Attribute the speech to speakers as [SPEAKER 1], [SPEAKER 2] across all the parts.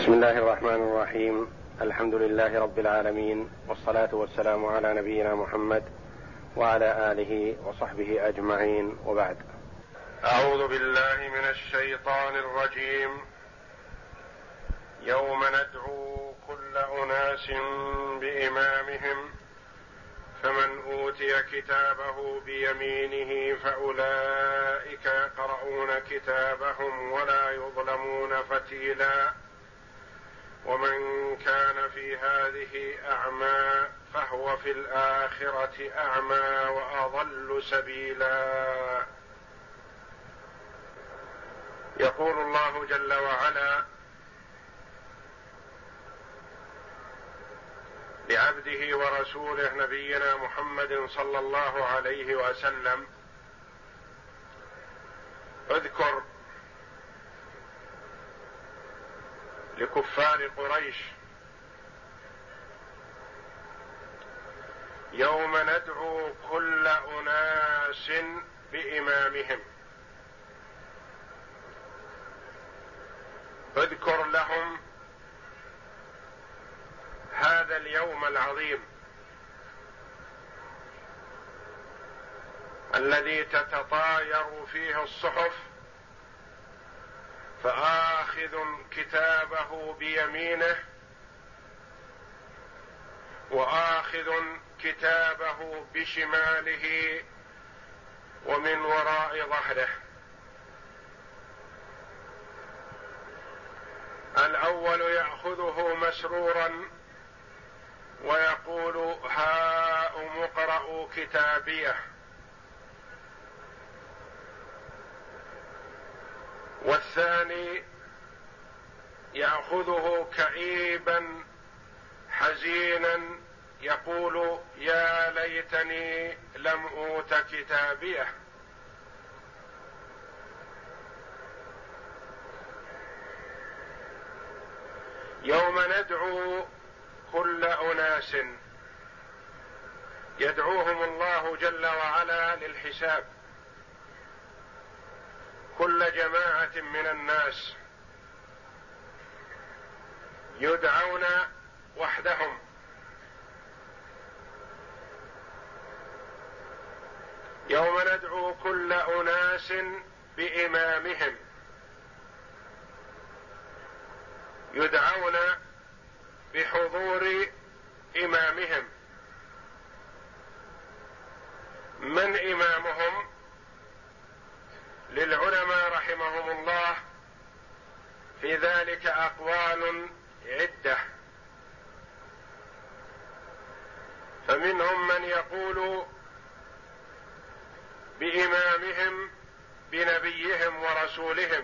[SPEAKER 1] بسم الله الرحمن الرحيم. الحمد لله رب العالمين، والصلاة والسلام على نبينا محمد وعلى آله وصحبه أجمعين، وبعد.
[SPEAKER 2] أعوذ بالله من الشيطان الرجيم. يوم ندعو كل أناس بإمامهم فمن أوتي كتابه بيمينه فأولئك يقرؤون كتابهم ولا يظلمون فتيلا ومن كان في هذه أعمى فهو في الآخرة أعمى وأضل سبيلا. يقول الله جل وعلا لعبده ورسوله نبينا محمد صلى الله عليه وسلم: اذكر لكفار قريش يوم ندعو كل أناس بإمامهم. اذكر لهم هذا اليوم العظيم الذي تتطاير فيه الصحف، فآخذ كتابه بيمينه وآخذ كتابه بشماله ومن وراء ظهره. الأول يأخذه مسرورا ويقول: هاؤم اقرءوا كتابيه. والثاني يأخذه كئيبا حزينا يقول: يا ليتني لم أوت كتابيه. يوم ندعو كل أناس، يدعوهم الله جل وعلا للحساب، كل جماعة من الناس يدعون وحدهم. يوم ندعو كل أناس بإمامهم، يدعون بحضور إمامهم. من إمامهم؟ للعلماء رحمهم الله في ذلك أقوال عدة، فمنهم من يقول بإمامهم بنبيهم ورسولهم،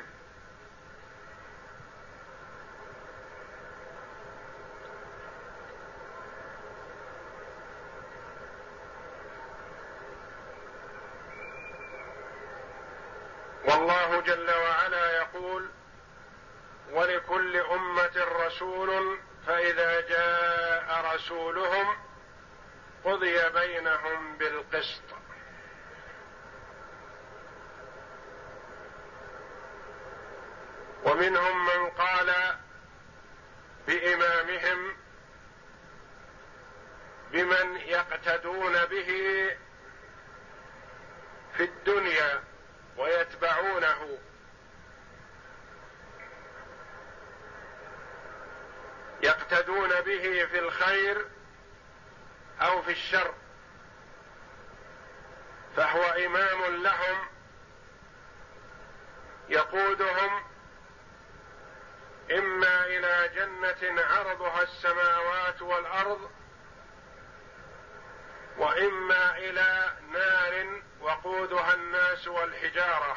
[SPEAKER 2] والله جل وعلا يقول: ولكل أمة رسول فإذا جاء رسولهم قضي بينهم بالقسط. ومنهم من قال بإمامهم بمن يقتدون به في الدنيا ويتبعونه، يقتدون به في الخير أو في الشر، فهو إمام لهم يقودهم إما إلى جنة عرضها السماوات والأرض، وإما إلى نار وقودها الناس والحجارة،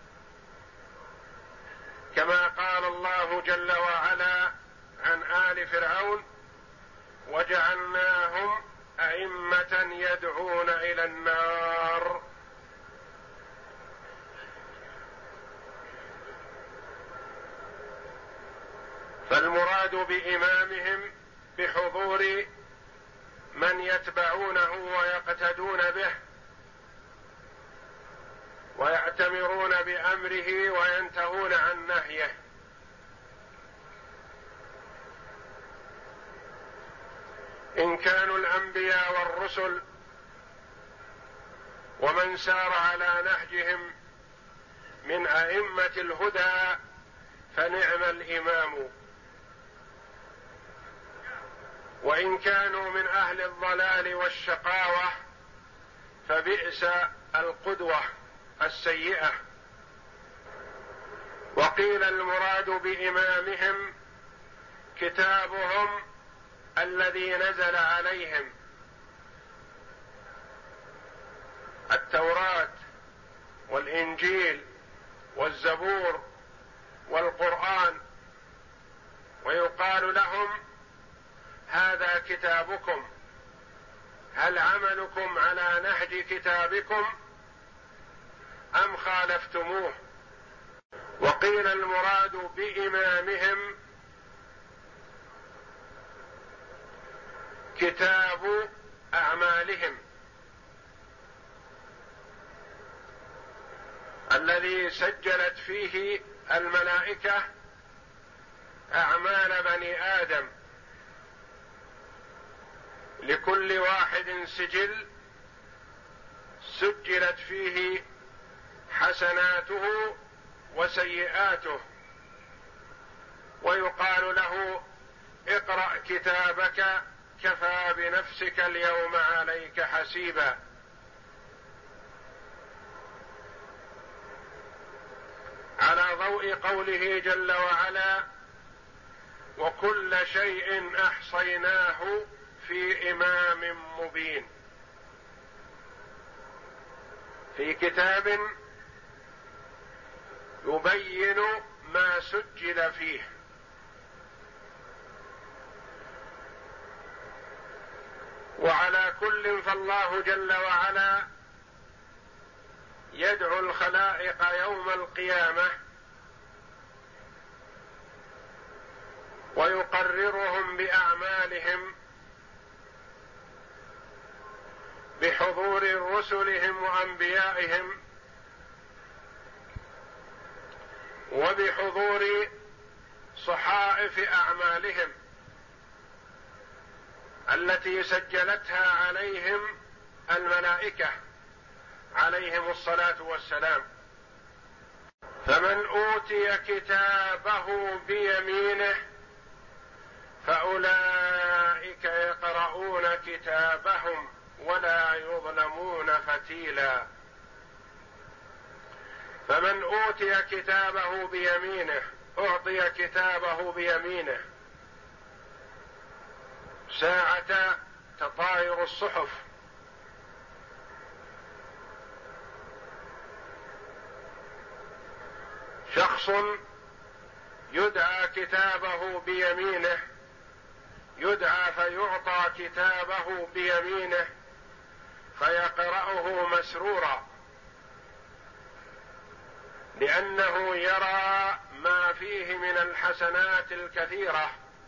[SPEAKER 2] كما قال الله جل وعلا عن آل فرعون: وجعلناهم أئمة يدعون إلى النار. فالمراد بإمامهم بحضور من يتبعونه ويقتدون به ويأتمرون بأمره وينتهون عن نهيه. إن كانوا الأنبياء والرسل ومن سار على نهجهم من أئمة الهدى فنعم الإمام، وإن كانوا من أهل الضلال والشقاوة فبئس القدوة السيئة. وقيل المراد بإمامهم كتابهم الذي نزل عليهم، التوراة والإنجيل والزبور والقرآن، ويقال لهم هذا كتابكم، هل عملكم على نهج كتابكم أم خالفتموه؟ وقيل المراد بإمامهم كتاب أعمالهم الذي سجلت فيه الملائكة أعمال بني آدم، لكل واحد سجل سجلت فيه حسناته وسيئاته، ويقال له اقرأ كتابك كفى بنفسك اليوم عليك حسيبا. على ضوء قوله جل وعلا وكل شيء أحصيناه في إمام مبين، في كتاب يبين ما سجل فيه. وعلى كل فالله جل وعلا يدعو الخلائق يوم القيامة ويقررهم بأعمالهم بحضور رسلهم وأنبيائهم وبحضور صحائف أعمالهم التي سجلتها عليهم الملائكة عليهم الصلاة والسلام. فمن أوتي كتابه بيمينه فأولئك يقرؤون كتابهم ولا يظلمون فتيلا. فمن أوتي كتابه بيمينه، أعطي كتابه بيمينه ساعة تطاير الصحف، شخص يدعى كتابه بيمينه، يدعى فيعطى كتابه بيمينه فيقرأه مسرورا، لأنه يرى ما فيه من الحسنات الكثيرة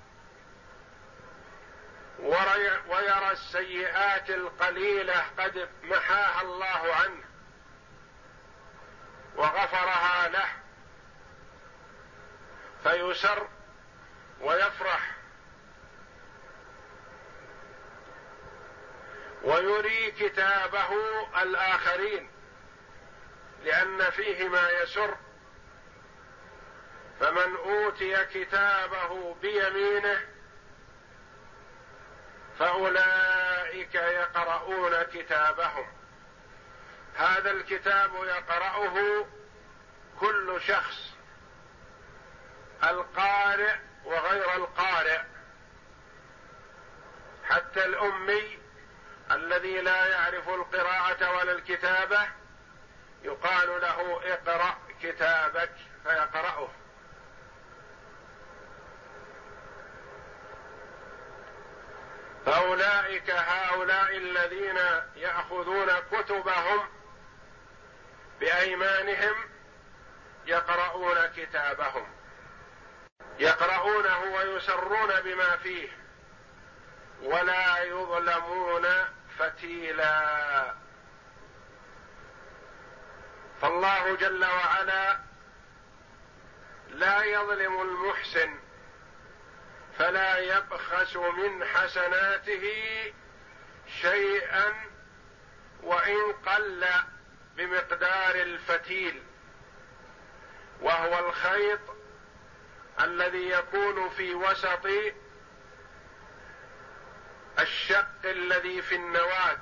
[SPEAKER 2] ويرى السيئات القليلة قد محاها الله عنه وغفرها له، فيسر ويفرح ويري كتابه الآخرين لأن فيه ما يسر. فمن أوتي كتابه بيمينه فأولئك يقرؤون كتابهم. هذا الكتاب يقرأه كل شخص، القارئ وغير القارئ، حتى الأمي الذي لا يعرف القراءة ولا الكتابة يقال له اقرأ كتابك فيقرأه. فأولئك هؤلاء الذين يأخذون كتبهم بأيمانهم يقرؤون كتابهم، يقرؤونه ويسرون بما فيه ولا يظلمون فتيلا. فالله جل وعلا لا يظلم المحسن فلا يبخس من حسناته شيئا وإن قل بمقدار الفتيل، وهو الخيط الذي يكون في وسط الشق الذي في النواة.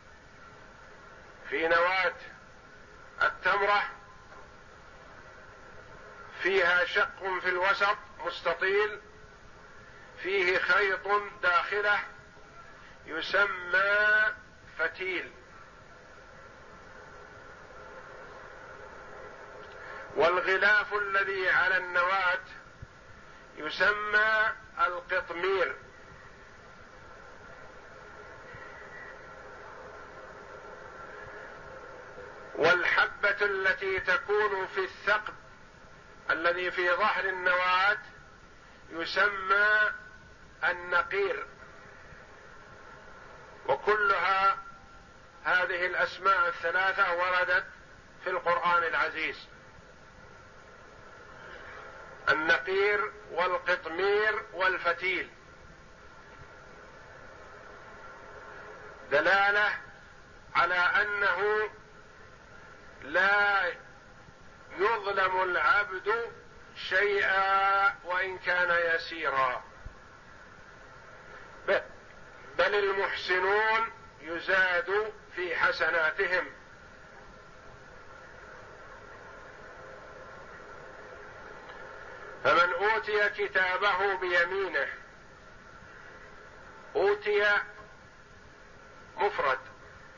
[SPEAKER 2] في نواة التمرة فيها شق في الوسط مستطيل فيه خيط داخله يسمى فتيل، والغلاف الذي على النواة يسمى القطمير، والحبة التي تكون في الثقب الذي في ظهر النواة يسمى النقير. وكلها هذه الأسماء الثلاثة وردت في القرآن العزيز: النقير والقطمير والفتيل، دلالة على أنه لا يظلم العبد شيئا وإن كان يسيرا، بل المحسنون يزاد في حسناتهم. فمن أوتي كتابه بيمينه، أوتي مفرد،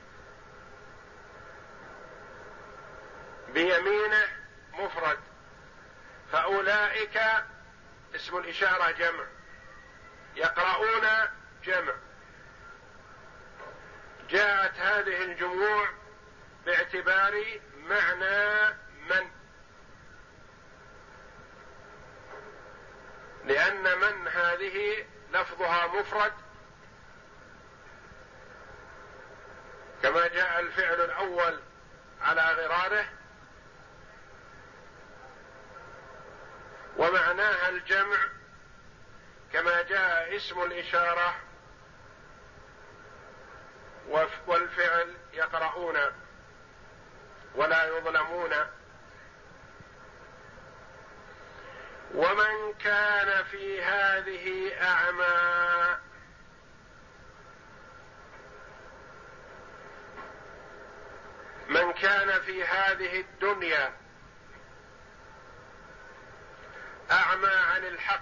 [SPEAKER 2] بيمينه مفرد، فأولئك اسم الإشارة جمع، يقرؤون جمع. جاءت هذه الجموع باعتبار معنى من، لأن من هذه لفظها مفرد كما جاء الفعل الأول على غراره، ومعناها الجمع كما جاء اسم الإشارة والفعل يقرؤون ولا يظلمون. ومن كان في هذه أعمى، من كان في هذه الدنيا أعمى عن الحق،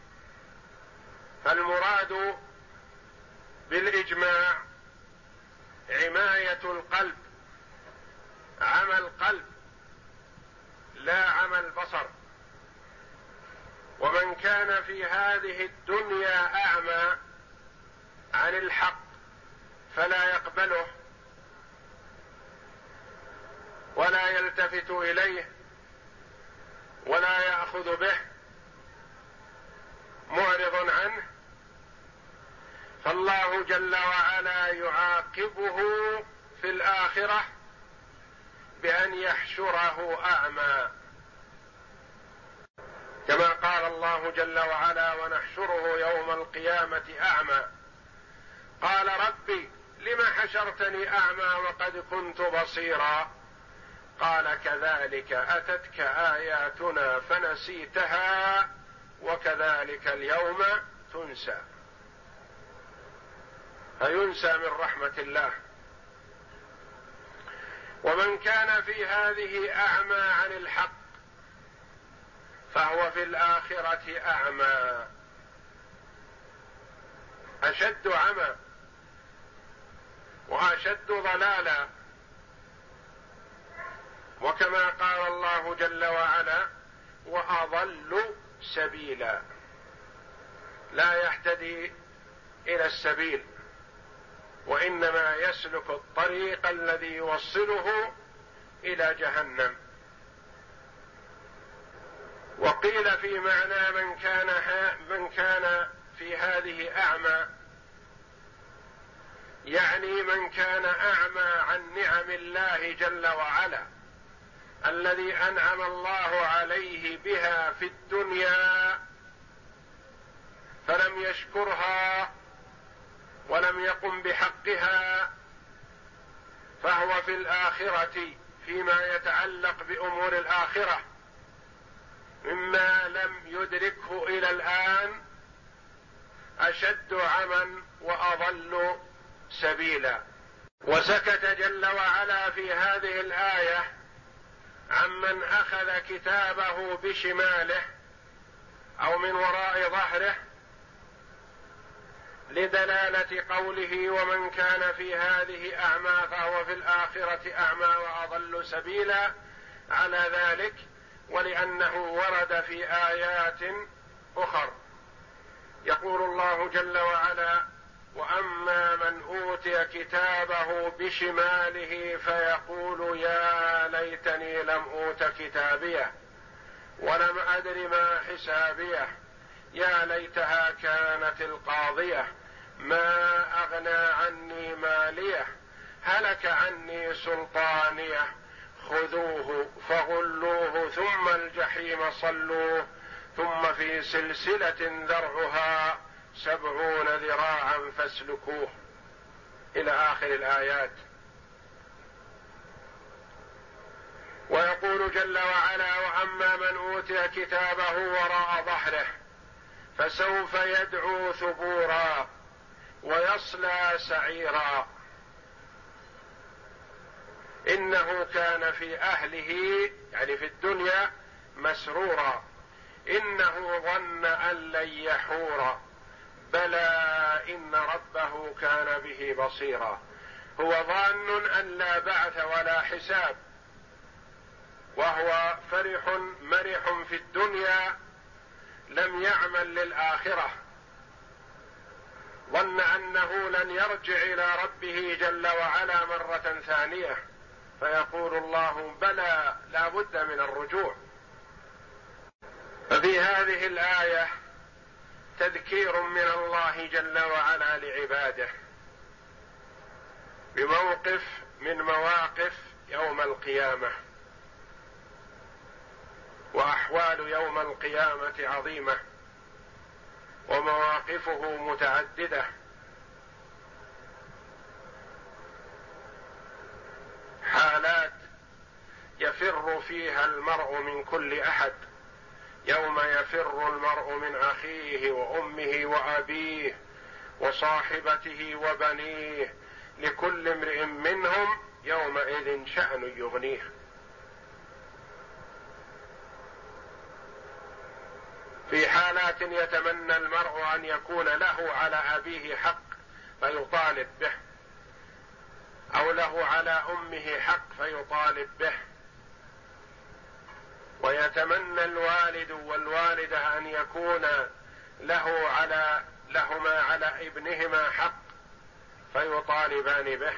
[SPEAKER 2] فالمراد بالإجماع عماية القلب، عمى القلب لا عمى البصر. ومن كان في هذه الدنيا أعمى عن الحق فلا يقبله ولا يلتفت إليه ولا يأخذ به، معرض عنه، فالله جل وعلا يعاقبه في الآخرة بأن يحشره أعمى، كما قال الله جل وعلا: ونحشره يوم القيامة أعمى قال ربي لم حشرتني أعمى وقد كنت بصيرا قال كذلك أتتك آياتنا فنسيتها وكذلك اليوم تنسى. فينسى من رحمة الله. ومن كان في هذه أعمى عن الحق فهو في الآخرة أعمى، أشد عمى وأشد ضلالا. وكما قال الله جل وعلا: وأضل سبيلا، لا يهتدي إلى السبيل وإنما يسلك الطريق الذي يوصله إلى جهنم. وقيل في معنى من كان في هذه أعمى، يعني من كان أعمى عن نعم الله جل وعلا الذي أنعم الله عليه بها في الدنيا، فلم يشكرها ولم يقم بحقها، فهو في الآخرة فيما يتعلق بأمور الآخرة مما لم يدركه إلى الآن أشد عما وأضل سبيلا. وسكت جل وعلا في هذه الآية عمن أخذ كتابه بشماله أو من وراء ظهره لدلالة قوله ومن كان في هذه أعمى فهو في الآخرة أعمى وأضل سبيلا على ذلك، ولأنه ورد في آيات أخر. يقول الله جل وعلا وأما من أوتي كتابه بشماله فيقول يا ليتني لم أوت كتابيه ولم أدر ما حسابيه يا ليتها كانت القاضية ما أغنى عني ماليه هلك عني سلطانيه خذوه فغلوه ثم الجحيم صلوه ثم في سلسلة ذرعها 70 ذراعا فاسلكوه إلى آخر الآيات. ويقول جل وعلا وأما من أوتي كتابه وراء ظهره فسوف يدعو ثبورا ويصلى سعيرا إنه كان في أهله يعني في الدنيا مسرورا إنه ظن أن لن يحور بلى إن ربه كان به بصيرا. هو ظان أن لا بعث ولا حساب، وهو فرح مرح في الدنيا لم يعمل للآخرة، ظن أنه لن يرجع إلى ربه جل وعلا مرة ثانية، فيقول الله بلى لا بد من الرجوع. ففي هذه الآية تذكير من الله جل وعلا لعباده بموقف من مواقف يوم القيامة، وأحوال يوم القيامة عظيمة ومواقفه متعددة، حالات يفر فيها المرء من كل أحد، يوم يفر المرء من أخيه وأمه وأبيه وصاحبته وبنيه لكل امرئ منهم يومئذ شأن يغنيه. في حالات يتمنى المرء أن يكون له على أبيه حق فيطالب به، أو له على أمه حق فيطالب به، ويتمنى الوالد والوالدة أن يكون لهما على ابنهما حق فيطالبان به.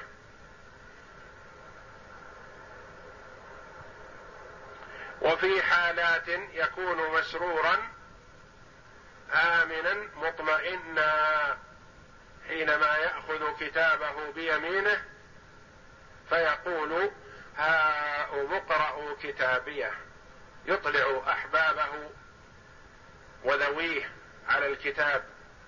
[SPEAKER 2] وفي حالات يكون مسرورا آمنا مطمئنا حينما يأخذ كتابه بيمينه فيقول هاؤم اقرءوا كتابيه، يطلع أحبابه وذويه على الكتاب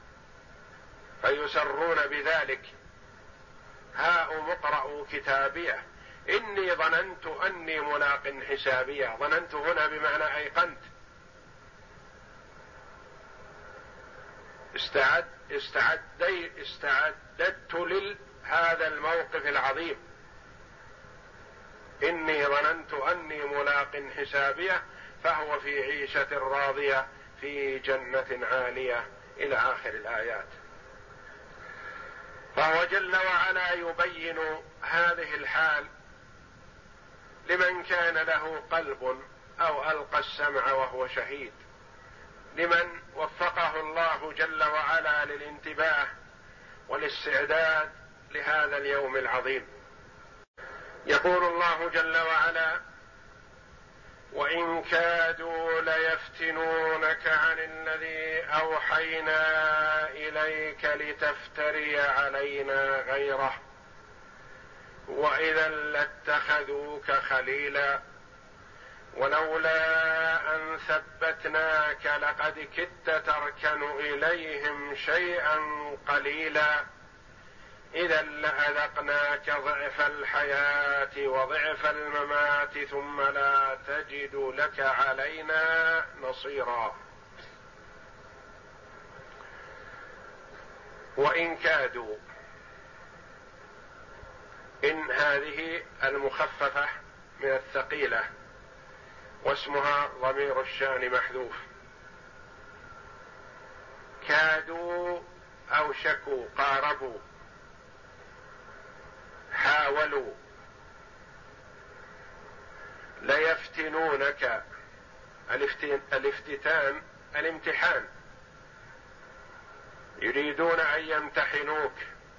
[SPEAKER 2] فيسرون بذلك، هاؤم اقرءوا كتابيه إني ظننت أني ملاق حسابيه. ظننت هنا بمعنى أيقنت، استعددت لهذا الموقف العظيم، إني ظننت أني ملاق حسابيه فهو في عيشة راضية في جنة عالية إلى آخر الآيات. فهو جل وعلا يبين هذه الحال لمن كان له قلب أو ألقى السمع وهو شهيد، لمن وفقه الله جل وعلا للانتباه والاستعداد لهذا اليوم العظيم. يقول الله جل وعلا وإن كادوا ليفتنونك عن الذي أوحينا إليك لتفتري علينا غيره وإذا لاتخذوك خليلا ولولا أن ثبتناك لقد كدت تركن إليهم شيئا قليلا إذا لأذقناك ضعف الحياة وضعف الممات ثم لا تجد لك علينا نصيرا. وإن كادوا، إن هذه المخففة من الثقيلة واسمها ضمير الشأن محذوف. كادوا أوشكوا قاربوا حاولوا. ليفتنونك، الافتتان الامتحان، يريدون أن يمتحنوك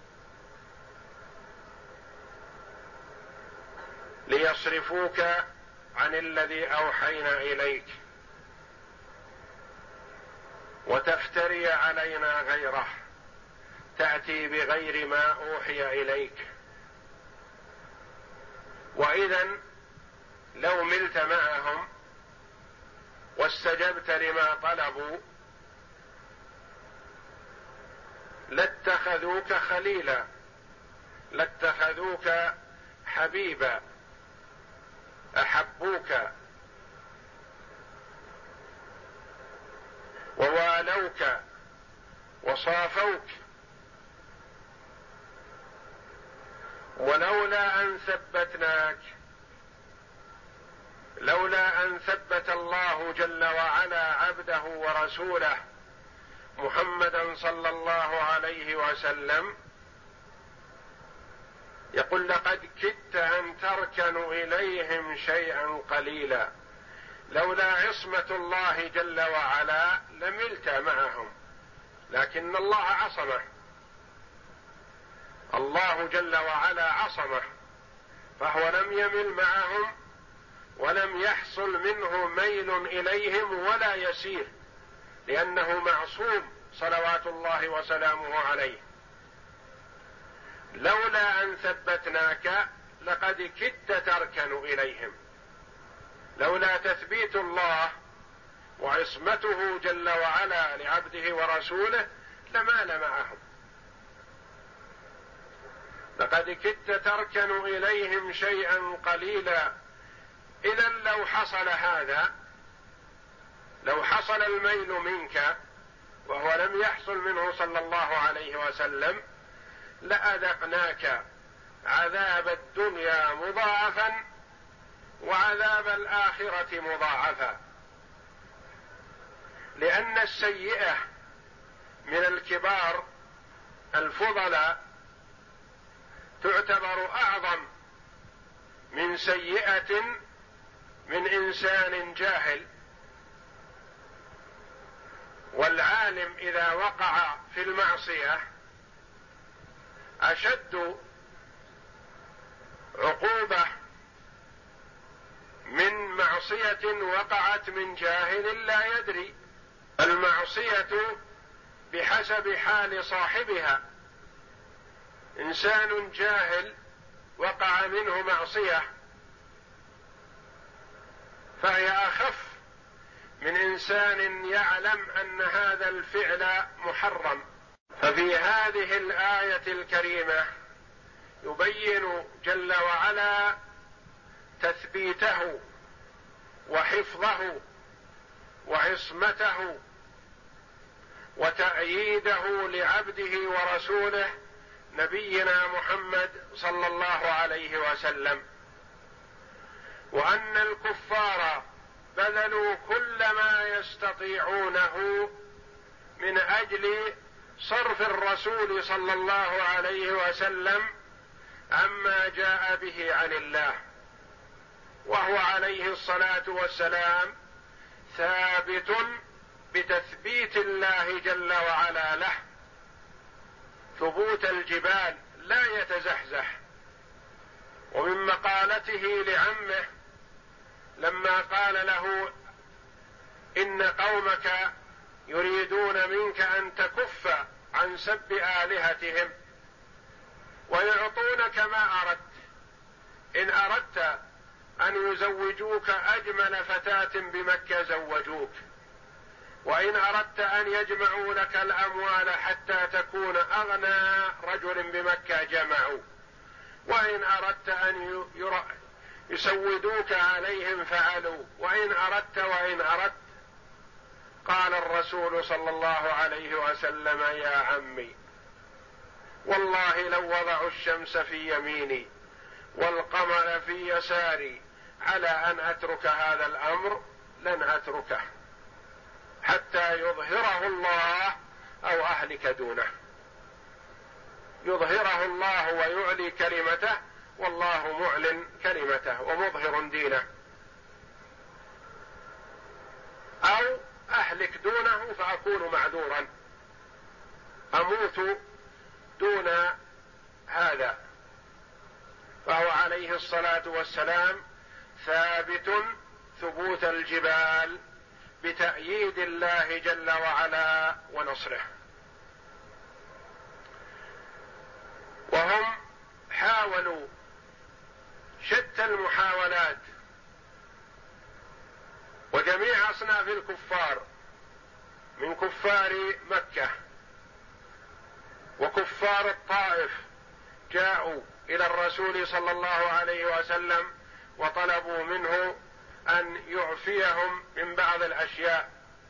[SPEAKER 2] ليصرفوك عن الذي أوحينا إليك وتفتري علينا غيره، تأتي بغير ما أوحي إليك. وإذا لو ملت معهم واستجبت لما طلبوا لاتخذوك خليلا، لاتخذوك حبيبا، أحبوك ووالوك وصافوك. ولولا أن ثبتناك، لولا أن ثبت الله جل وعلا عبده ورسوله محمدا صلى الله عليه وسلم، يقول لقد كدت أن تركنوا إليهم شيئا قليلا. لولا عصمة الله جل وعلا لملت معهم، لكن الله عصمه، الله جل وعلا عصمه، فهو لم يمل معهم ولم يحصل منه ميل إليهم ولا يسير، لأنه معصوم صلوات الله وسلامه عليه. لولا أن ثبتناك لقد كدت تركن إليهم، لولا تثبيت الله وعصمته جل وعلا لعبده ورسوله لمال معهم. لقد كدت تركن إليهم شيئا قليلا. إذا لو حصل هذا، لو حصل الميل منك وهو لم يحصل منه صلى الله عليه وسلم لأذقناك عذاب الدنيا مضاعفا وعذاب الآخرة مضاعفا، لأن السيئة من الكبار الفضلاء تعتبر أعظم من سيئة من إنسان جاهل. والعالم إذا وقع في المعصية أشد عقوبة من معصية وقعت من جاهل لا يدري. المعصية بحسب حال صاحبها، إنسان جاهل وقع منه معصية فهي أخف من إنسان يعلم أن هذا الفعل محرم. ففي هذه الآية الكريمة يبين جل وعلا تثبيته وحفظه وعصمته وتأييده لعبده ورسوله نبينا محمد صلى الله عليه وسلم، وأن الكفار بذلوا كل ما يستطيعونه من أجل صرف الرسول صلى الله عليه وسلم عما جاء به عن الله، وهو عليه الصلاة والسلام ثابت بتثبيت الله جل وعلا له ثبوت الجبال لا يتزحزح. ومن مقالته لعمه لما قال له إن قومك يريدون منك أن تكف عن سب آلهتهم ويعطونك ما أردت، إن أردت أن يزوجوك أجمل فتاة بمكة زوجوك، وإن أردت أن يجمعوا لك الأموال حتى تكون أغنى رجل بمكة جمعوا، وإن أردت أن يسودوك عليهم فعلوا، وإن أردت. قال الرسول صلى الله عليه وسلم: يا عمي، والله لو وضعوا الشمس في يميني والقمر في يساري على أن أترك هذا الأمر لن أتركه حتى يظهره الله أو أهلك دونه. يظهره الله ويعلي كلمته، والله معلن كلمته ومظهر دينه، أو أهلك دونه فأكون معذورا، أموت دون هذا. فهو عليه الصلاة والسلام ثابت ثبوت الجبال بتأييد الله جل وعلا ونصره. وهم حاولوا شتى المحاولات، وجميع أصناف الكفار من كفار مكة وكفار الطائف جاءوا إلى الرسول صلى الله عليه وسلم وطلبوا منه أن يعفيهم من بعض الأشياء،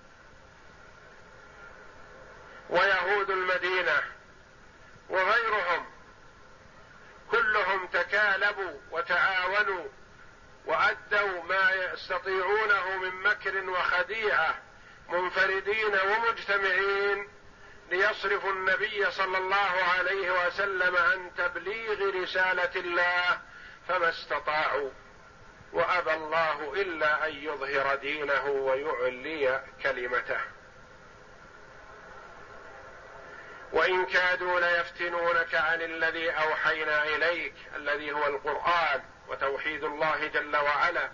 [SPEAKER 2] ويهود المدينة وغيرهم كلهم تكالبوا وتعاونوا وأدوا ما يستطيعونه من مكر وخديعة منفردين ومجتمعين ليصرفوا النبي صلى الله عليه وسلم عن تبليغ رسالة الله، فما استطاعوا، وأبى الله إلا أن يظهر دينه ويعلي كلمته. وإن كادوا ليفتنونك عن الذي أوحينا إليك، الذي هو القرآن وتوحيد الله جل وعلا،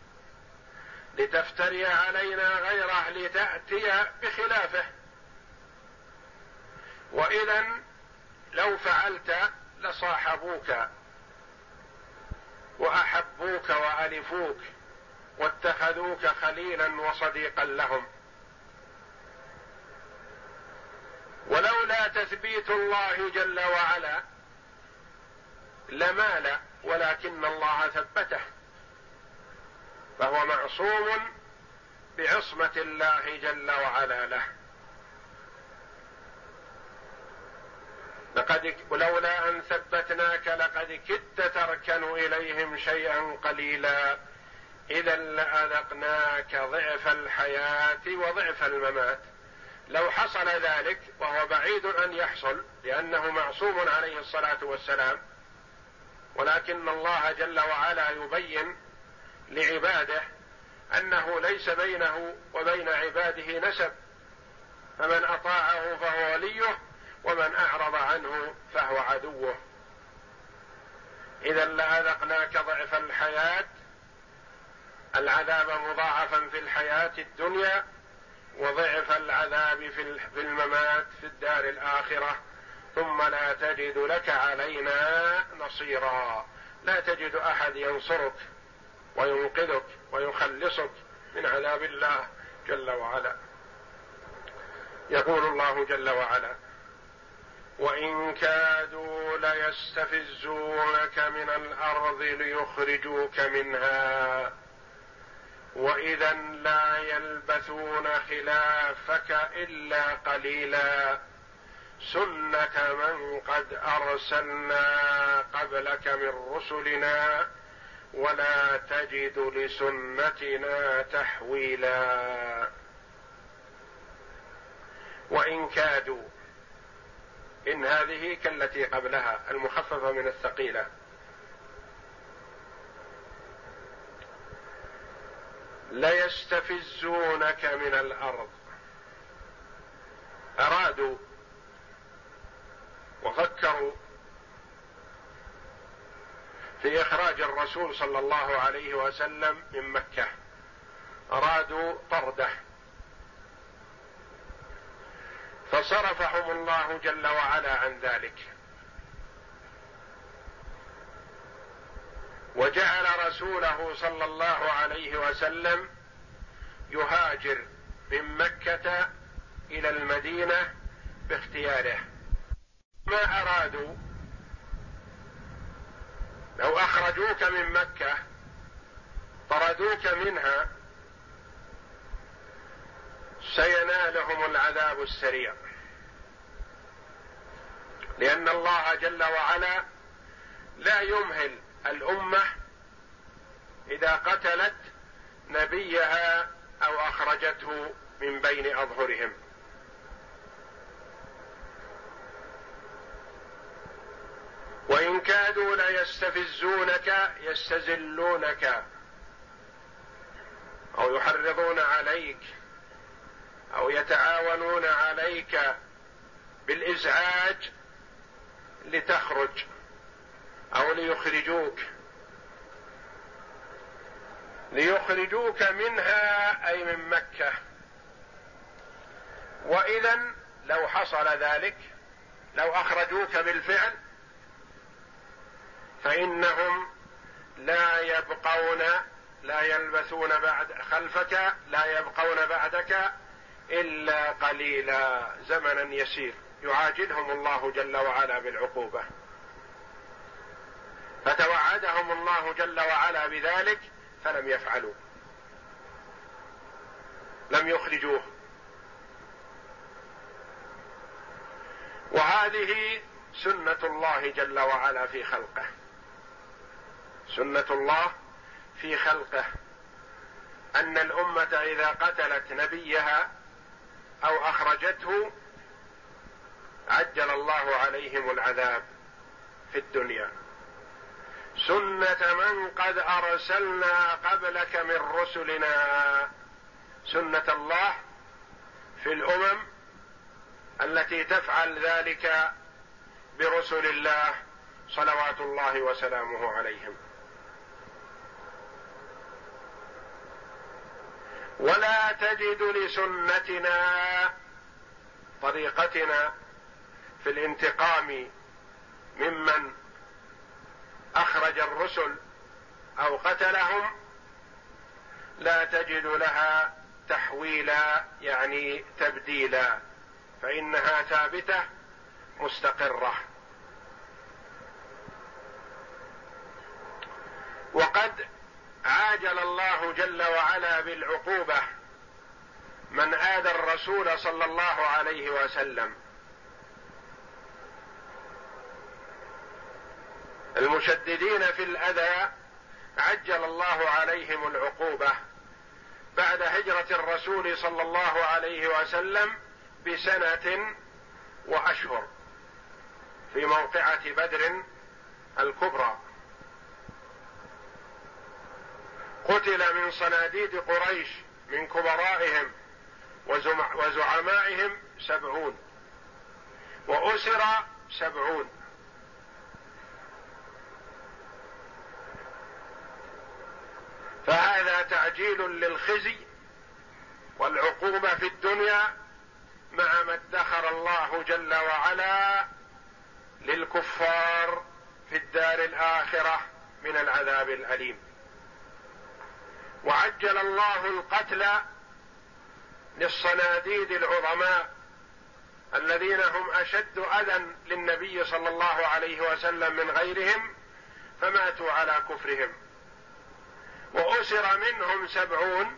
[SPEAKER 2] لتفتري علينا غيره لتأتي بخلافه. وإذا لو فعلت لصاحبوك وأحبوك وألفوك واتخذوك خليلا وصديقا لهم، ولولا تثبيت الله جل وعلا لمال، ولكن الله ثبته، فهو معصوم بعصمة الله جل وعلا له. ولولا أن ثبتناك لقد كدت تركن إليهم شيئا قليلا إذا لأذقناك ضعف الحياة وضعف الممات. لو حصل ذلك، وهو بعيد أن يحصل لأنه معصوم عليه الصلاة والسلام، ولكن الله جل وعلا يبين لعباده أنه ليس بينه وبين عباده نسب، فمن أطاعه فهو وليه ومن أعرض عنه فهو عدوه. إذا لأذقناك ضعف الحياة، العذاب مضاعفا في الحياة الدنيا، وضعف العذاب في الممات في الدار الآخرة، ثم لا تجد لك علينا نصيرا، لا تجد أحد ينصرك وينقذك ويخلصك من عذاب الله جل وعلا. يقول الله جل وعلا: وإن كادوا ليستفزونك من الأرض ليخرجوك منها وإذا لا يلبثون خلافك إلا قليلا سنة من قد أرسلنا قبلك من رسلنا ولا تجد لسنتنا تحويلا. وإن كادوا، إن هذه كالتي قبلها المخففة من الثقيلة، ليستفزونك من الأرض، أرادوا وفكروا في إخراج الرسول صلى الله عليه وسلم من مكة، أرادوا طرده، فصرفهم الله جل وعلا عن ذلك، وجعل رسوله صلى الله عليه وسلم يهاجر من مكة إلى المدينة باختياره. ما أرادوا لو أخرجوك من مكة طردوك منها سينالهم العذاب السريع، لأن الله جل وعلا لا يمهل الأمة إذا قتلت نبيها أو أخرجته من بين أظهرهم. وإن كادوا ليستفزونك يستزلونك أو يحرضون عليك أو يتعاونون عليك بالإزعاج لتخرج أو ليخرجوك منها أي من مكة. وإذا لو حصل ذلك، لو أخرجوك بالفعل، فإنهم لا يلبثون خلفك، لا يبقون بعدك إلا قليلا، زمنا يسير يعاجلهم الله جل وعلا بالعقوبة. فتوعدهم الله جل وعلا بذلك فلم يفعلوا، لم يخرجوه. وهذه سنة الله جل وعلا في خلقه، سنة الله في خلقه، أن الأمة إذا قتلت نبيها أو أخرجته عجل الله عليهم العذاب في الدنيا. سنة من قد أرسلنا قبلك من رسلنا، سنة الله في الأمم التي تفعل ذلك برسل الله صلوات الله وسلامه عليهم. ولا تجد لسنتنا، طريقتنا في الانتقام ممن أخرج الرسل أو قتلهم، لا تجد لها تحويلا يعني تبديلا، فإنها ثابتة مستقرة. وقد عاجل الله جل وعلا بالعقوبة من آذى الرسول صلى الله عليه وسلم. المشددين في الأذى عجل الله عليهم العقوبة بعد هجرة الرسول صلى الله عليه وسلم بسنة وأشهر في موقعة بدر الكبرى. قتل من صناديد قريش من كبرائهم وزعمائهم 70، وأسر 70. فهذا تعجيل للخزي والعقوبة في الدنيا مع ما ادخر الله جل وعلا للكفار في الدار الآخرة من العذاب الأليم. وعجل الله القتل للصناديد العظماء الذين هم أشد أذى للنبي صلى الله عليه وسلم من غيرهم، فماتوا على كفرهم. وأسر منهم 70،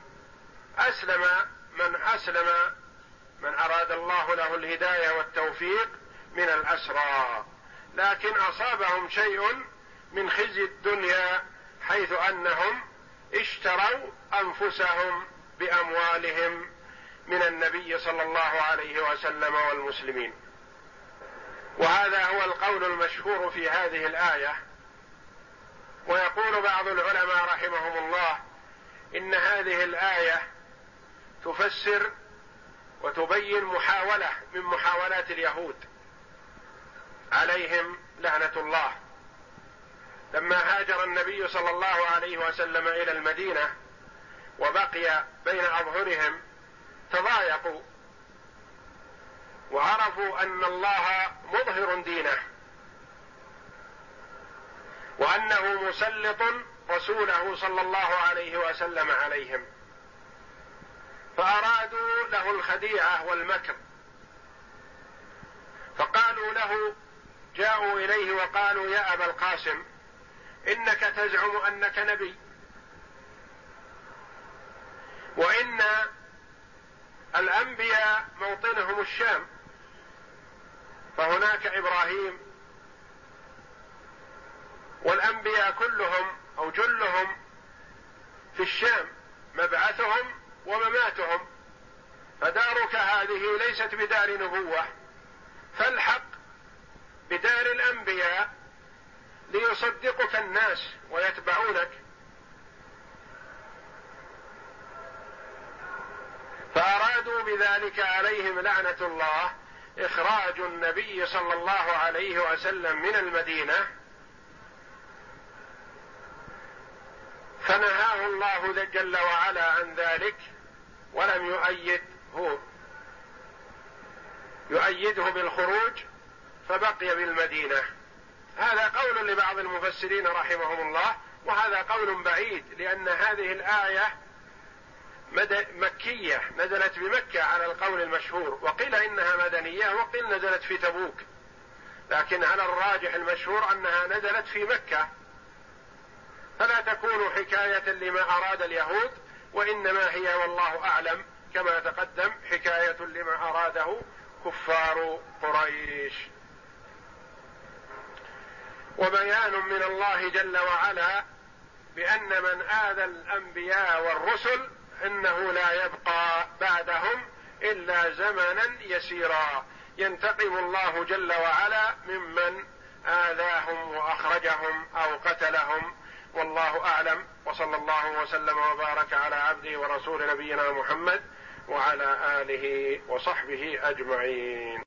[SPEAKER 2] أسلم من أراد الله له الهداية والتوفيق من الأسرى، لكن أصابهم شيء من خزي الدنيا حيث أنهم اشتروا أنفسهم بأموالهم من النبي صلى الله عليه وسلم والمسلمين. وهذا هو القول المشهور في هذه الآية. ويقول بعض العلماء رحمهم الله إن هذه الآية تفسر وتبين محاولة من محاولات اليهود عليهم لعنة الله، لما هاجر النبي صلى الله عليه وسلم إلى المدينة وبقي بين أظهرهم تضايقوا وعرفوا أن الله مظهر دينه، وأنه مسلط رسوله صلى الله عليه وسلم عليهم، فأرادوا له الخديعة والمكر، فقالوا له، جاءوا إليه وقالوا: يا أبا القاسم، إنك تزعم أنك نبي، وإن الأنبياء موطنهم الشام، فهناك إبراهيم، والأنبياء كلهم أو جلهم في الشام، مبعثهم ومماتهم، فدارك هذه ليست بدار نبوة، فالحق بدار الأنبياء ليصدقك الناس ويتبعونك. فأرادوا بذلك عليهم لعنة الله إخراج النبي صلى الله عليه وسلم من المدينة، فنهاه الله جل وعلا عن ذلك ولم يؤيده بالخروج، فبقي بالمدينة. هذا قول لبعض المفسرين رحمهم الله، وهذا قول بعيد، لأن هذه الآية مكية نزلت بمكة على القول المشهور، وقيل إنها مدنية، وقيل نزلت في تبوك، لكن على الراجح المشهور أنها نزلت في مكة، فلا تكون حكاية لما أراد اليهود، وإنما هي والله أعلم كما تقدم حكاية لما أراده كفار قريش. وبيان من الله جل وعلا بأن من آذى الأنبياء والرسل إنه لا يبقى بعدهم إلا زمنا يسيرا، ينتقم الله جل وعلا ممن آذاهم وأخرجهم أو قتلهم، والله أعلم. وصلى الله وسلم وبارك على عبده ورسول نبينا محمد وعلى آله وصحبه أجمعين.